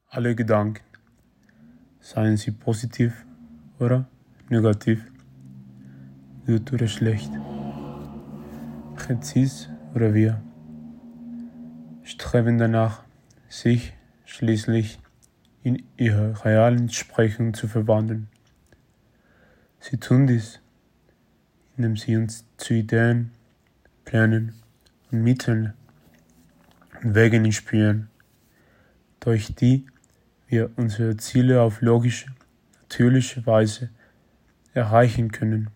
Alle Gedanken, seien sie positiv oder negativ, gut oder schlecht, präzis oder wir, streben danach, sich schließlich in ihre realen Entsprechung zu verwandeln. Sie tun dies, indem sie uns zu Ideen, Plänen und Mitteln und Wegen inspirieren, durch die wir unsere Ziele auf logische, natürliche Weise erreichen können.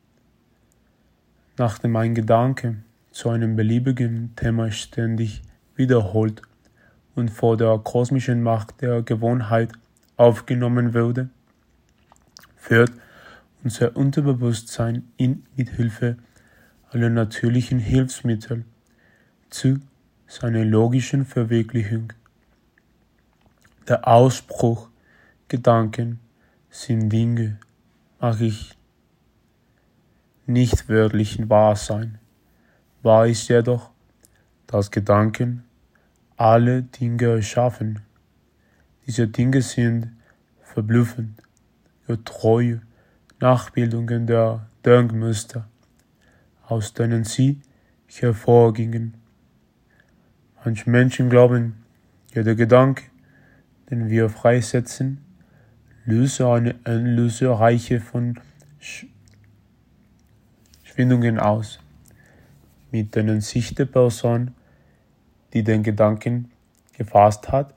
Nachdem ein Gedanke zu einem beliebigen Thema ständig wiederholt und vor der kosmischen Macht der Gewohnheit aufgenommen wurde, führt unser Unterbewusstsein ihn mit Hilfe aller natürlichen Hilfsmittel zu seiner logischen Verwirklichung. Der Ausspruch Gedanken sind Dinge mag ich nicht wörtlich wahr sein. Wahr ist jedoch, dass Gedanken alle Dinge erschaffen. Diese Dinge sind verblüffend, getreue Nachbildungen der Denkmuster, aus denen sie hervorgingen. Manche Menschen glauben, jeder Gedanke, den wir freisetzen, löse eine endlose Reihe von Schwingungen aus, mit denen sich die Person, die den Gedanken gefasst hat,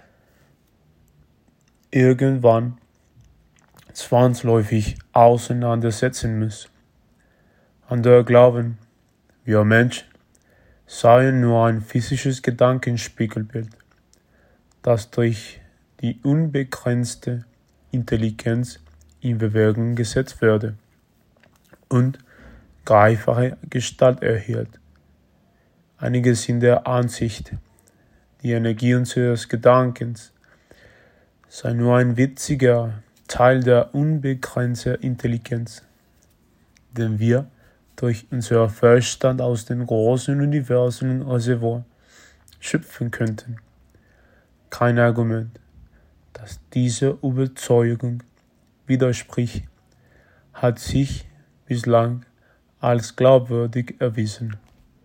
irgendwann zwangsläufig auseinandersetzen muss. Andere glauben, wir Menschen seien nur ein physisches Gedankenspiegelbild, das durch die unbegrenzte Intelligenz in Bewegung gesetzt würde und greifbare Gestalt erhielt. Einige sind der Ansicht, die Energie unseres Gedankens sei nur ein winziger Teil der unbegrenzten Intelligenz, den wir durch unser Verstand aus dem großen universellen Reservoir schöpfen könnten. Kein Argument, das dieser Überzeugung widerspricht, hat sich bislang als glaubwürdig erwiesen.